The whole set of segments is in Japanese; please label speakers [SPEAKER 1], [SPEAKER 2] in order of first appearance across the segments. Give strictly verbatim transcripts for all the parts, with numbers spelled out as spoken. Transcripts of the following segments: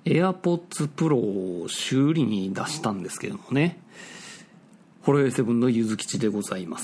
[SPEAKER 1] AirPods Pro を修理に出したんですけどもね。ホロエーセブンのゆずきちでございます。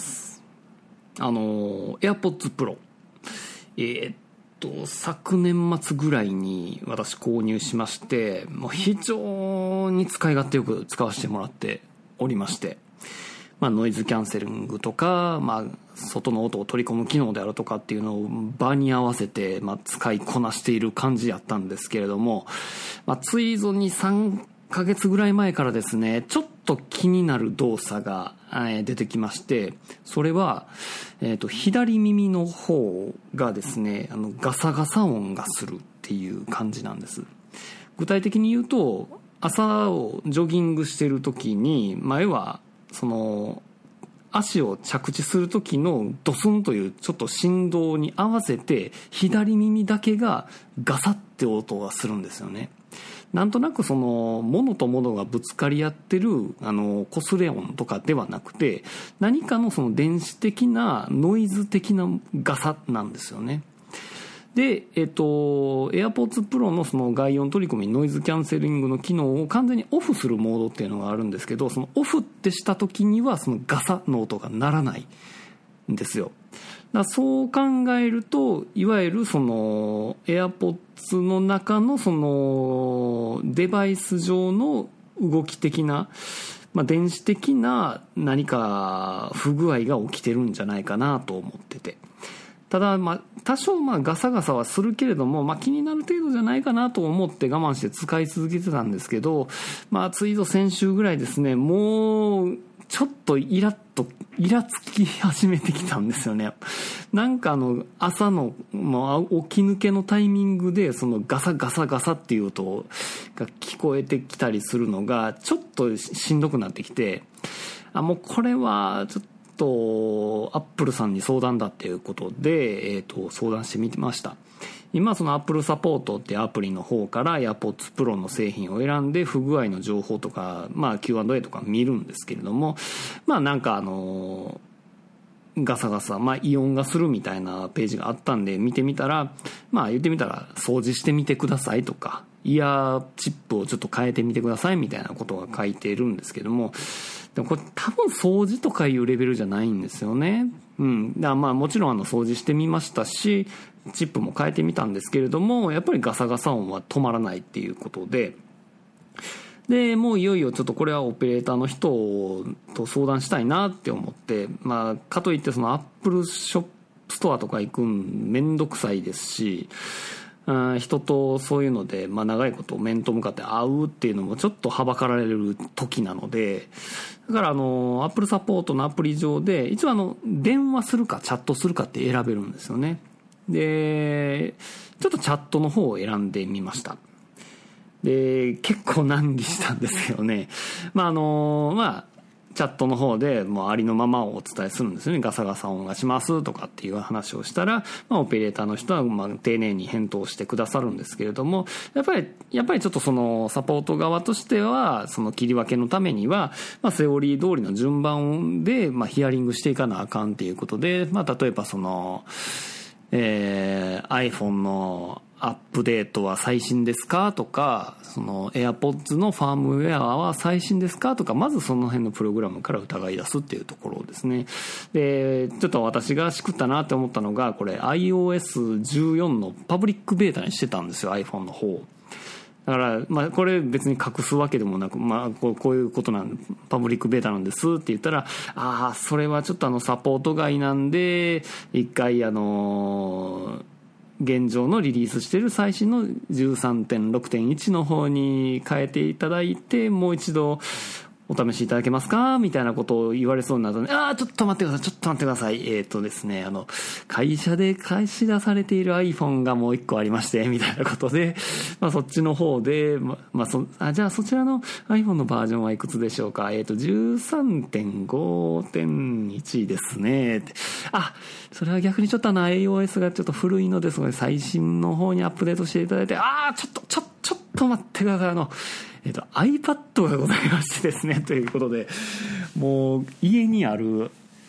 [SPEAKER 1] あの AirPods Pro、えー、っと昨年末ぐらいに私購入しまして、もう非常に使い勝手よく使わせてもらっておりまして、まあ、ノイズキャンセリングとか、まあ、外の音を取り込む機能であるとかっていうのを場に合わせて、まあ、使いこなしている感じやったんですけれども、まあ、ついぞにさんかげつぐらい前からですね、ちょっと気になる動作が出てきまして、それは、えっと、左耳の方がですね、あの、ガサガサ音がするっていう感じなんです。具体的に言うと、朝をジョギングしてる時に、前は、その足を着地する時のドスンというちょっと振動に合わせて左耳だけがガサッて音がするんですよね。なんとなくその物と物がぶつかり合ってるあの擦れ音とかではなくて、何かのその電子的なノイズ的なガサなんですよね。で、えっと、AirPods Pro のその外音取り込みノイズキャンセリングの機能を完全にオフするモードっていうのがあるんですけど、そのオフってした時にはそのガサの音が鳴らないんですよ。だからそう考えると、いわゆるその AirPods の中のそのデバイス上の動き的な、まあ、電子的な何か不具合が起きてるんじゃないかなと思ってて。ただ、まあ、多少、まあ、ガサガサはするけれども、まあ、気になる程度じゃないかなと思って我慢して使い続けてたんですけど、まあ、ついぞ先週ぐらいですね、もう、ちょっとイラッと、イラつき始めてきたんですよね。なんかあの、朝の、もう起き抜けのタイミングで、そのガサガサガサっていう音が聞こえてきたりするのが、ちょっとしんどくなってきて、あ、もうこれは、ちょっと、とアップルさんに相談だっていうことで、えー、と相談してみてました。今そのアップルサポートっていうアプリの方から AirPods Pro の製品を選んで不具合の情報とか、まあ キューアンドエー とか見るんですけれども、まあなんかあのガサガサ、まあ異音がするみたいなページがあったんで見てみたら、まあ言ってみたら掃除してみてくださいとか、イヤーチップをちょっと変えてみてくださいみたいなことが書いているんですけども、でもこれ多分掃除とかいうレベルじゃないんですよね。うん。だからまあもちろんあの掃除してみましたし、チップも変えてみたんですけれども、やっぱりガサガサ音は止まらないっていうことで、で、もういよいよちょっとこれはオペレーターの人と相談したいなって思って、まあかといってそのアップルショップストアとか行くんめんどくさいですし、人とそういうので、まあ、長いこと面と向かって会うっていうのもちょっとはばかられる時なので、だからあの、Apple サポートのアプリ上で、一応あの、電話するかチャットするかって選べるんですよね。で、ちょっとチャットの方を選んでみました。で、結構難儀したんですよね。まああの、まあ、チャットの方でもうありのままをお伝えするんですよね。ガサガサ音がしますとかっていう話をしたら、まあオペレーターの人はまあ丁寧に返答してくださるんですけれども、やっぱり、やっぱりちょっとそのサポート側としては、その切り分けのためには、まあセオリー通りの順番で、まあヒアリングしていかなあかんっていうことで、まあ例えばその、えー、iPhone のアップデートは最新ですかとか、その AirPods のファームウェアは最新ですかとか、まずその辺のプログラムから疑い出すっていうところですね。で、ちょっと私がしくったなって思ったのが、これ アイオーエスじゅうよん のパブリックベータにしてたんですよ、iPhone の方。だから、まあ、これ別に隠すわけでもなく、まあ、こう、こういうことなん、パブリックベータなんですって言ったら、ああ、それはちょっとあの、サポート外なんで、一回あのー、現状のリリースしている最新の じゅうさんてんろくてんいち の方に変えていただいて、もう一度お試しいただけますかみたいなことを言われそうになるとね、ああ、ちょっと待ってください、ちょっと待ってください。えっとですね、あの、会社で貸し出されている iPhone がもう一個ありまして、みたいなことで、まあそっちの方で、ま、まあそ、あ、じゃあそちらの iPhone のバージョンはいくつでしょうか。えっと、じゅうさんてんごてんいち ですね。あ、それは逆にちょっとあの iOS がちょっと古いのですので、最新の方にアップデートしていただいて、ああ、ちょっと、ちょ、ちょっと待ってください。あの、えっと、iPad がございましてですね、ということで、もう、家にある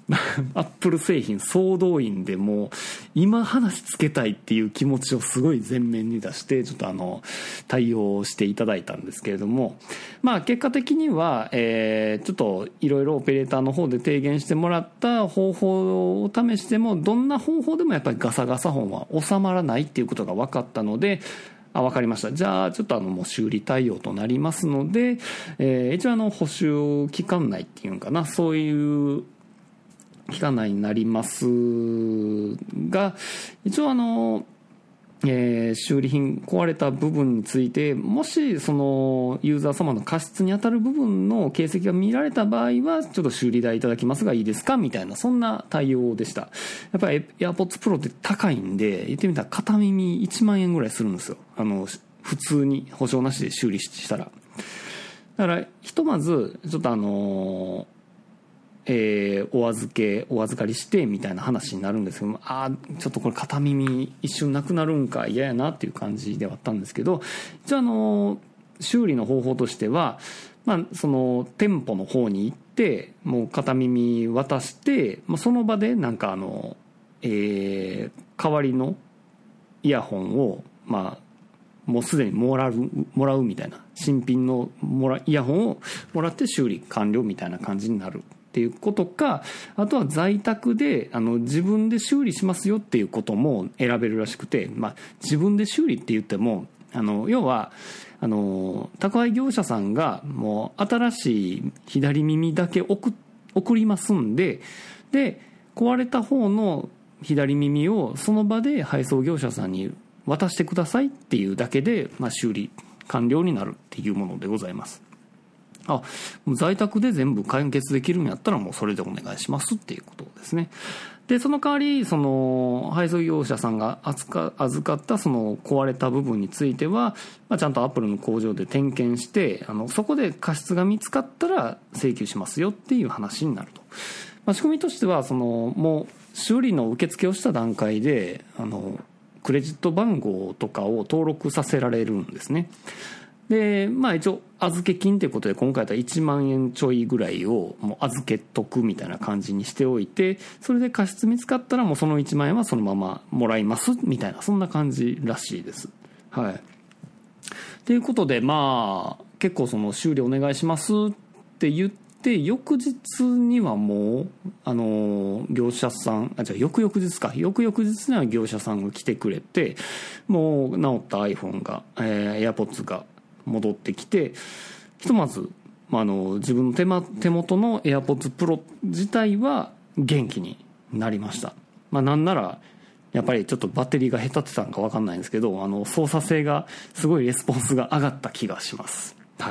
[SPEAKER 1] アップル製品総動員でもう今話つけたいっていう気持ちをすごい前面に出してちょっとあの対応していただいたんですけれども、まあ結果的にはえちょっといろいろオペレーターの方で提言してもらった方法を試してもどんな方法でもやっぱりガサガサ音は収まらないっていうことが分かったので、あ、分かりました。じゃあちょっとあのもう修理対応となりますので、えー、一応あの保守期間内っていうんかな、そういう期間内になりますが、一応あの、えー、修理品壊れた部分についてもしそのユーザー様の過失に当たる部分の形跡が見られた場合はちょっと修理代いただきますがいいですかみたいな、そんな対応でした。やっぱり AirPods Pro って高いんで、言ってみたら片耳いちまんえんぐらいするんですよ、あの普通に保証なしで修理したら。だからひとまずちょっとあのーえー、お預けお預かりしてみたいな話になるんですけども、ああちょっとこれ片耳一瞬なくなるんか嫌やなっていう感じではあったんですけど、一応あの修理の方法としては、まあ、その店舗の方に行ってもう片耳渡して、まあ、その場でなんかあの、えー、代わりのイヤホンをまあもうすでにもらうもらうみたいな、新品のもらイヤホンをもらって修理完了みたいな感じになるっていうことか、あとは在宅であの自分で修理しますよっていうことも選べるらしくて、まあ、自分で修理って言ってもあの要はあの宅配業者さんがもう新しい左耳だけ送送りますんで、で壊れた方の左耳をその場で配送業者さんに渡してくださいっていうだけで、まあ、修理完了になるっていうものでございます。あ、もう在宅で全部完結できるんやったらもうそれでお願いしますっていうことですね。でその代わりその配送業者さんが預か、預かったその壊れた部分については、まあ、ちゃんとアップルの工場で点検してあのそこで過失が見つかったら請求しますよっていう話になると。まあ、仕組みとしてはそのもう修理の受付をした段階であのクレジット番号とかを登録させられるんですね。でまあ一応預け金ということで今回だったらいちまんえんちょいぐらいをもう預けとくみたいな感じにしておいて、それで過失見つかったらもうそのいちまんえんはそのままもらいますみたいな、そんな感じらしいです。はい。ということでまあ結構その修理お願いしますって言って翌日にはもうあの業者さんあじゃあ翌々日か翌々日には業者さんが来てくれて、もう直った iPhone が、えー、AirPods が戻ってきて、ひとまず、まあ、あの自分の 手, 間手元の AirPods Pro 自体は元気になりました。まあ、なんならやっぱりちょっとバッテリーが下手ってたのか分かんないんですけど、あの操作性がすごいレスポンスが上がった気がします。はい。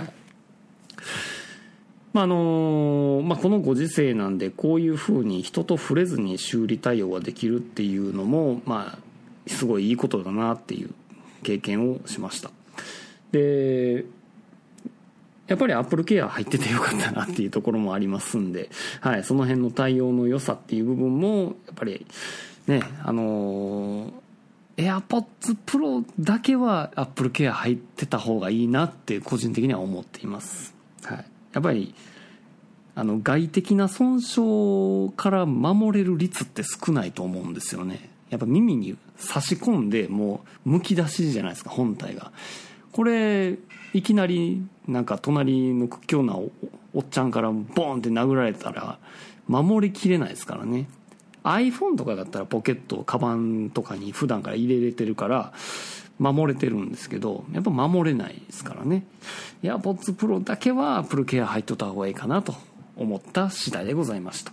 [SPEAKER 1] まああのまあ、このご時世なんでこういうふうに人と触れずに修理対応ができるっていうのも、まあ、すごいいいことだなっていう経験をしました。でやっぱり Apple Care 入っててよかったなっていうところもありますんで、はい、その辺の対応の良さっていう部分もやっぱりね、あの AirPods Pro だけは Apple Care 入ってた方がいいなって個人的には思っています。はい、やっぱりあの外的な損傷から守れる率って少ないと思うんですよね。やっぱ耳に差し込んでもうむき出しじゃないですか、本体が。これいきなりなんか隣の屈強な お, おっちゃんからボーンって殴られたら守りきれないですからね。 iPhone とかだったらポケットカバンとかに普段から入れれてるから守れてるんですけど、やっぱ守れないですからね。 AirPods Pro だけは Apple Care 入っとった方がいいかなと思った次第でございました。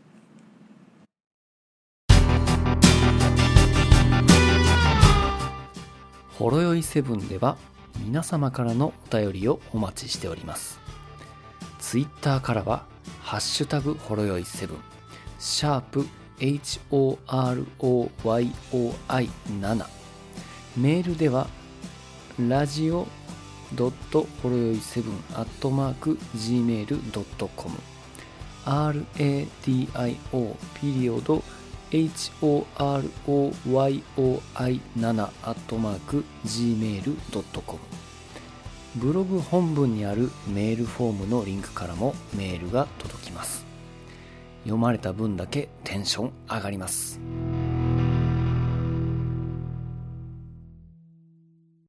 [SPEAKER 2] ほろよいセブンでは皆様からのお便りをお待ちしております。ツイッターからはハッシュタグほろよいセブン、シャープ エイチオーアールオーワイオーアイセブン、メールではラジオドットほろよいセブンアットマーク ジーメールドットコム アールエーディーアイオー ピリオドエイチオーアールオーワイオーアイセブン アットマーク ジーメールドットコム、 ブログ本文にあるメールフォームのリンクからもメールが届きます。 読まれた分だけテンション上がります。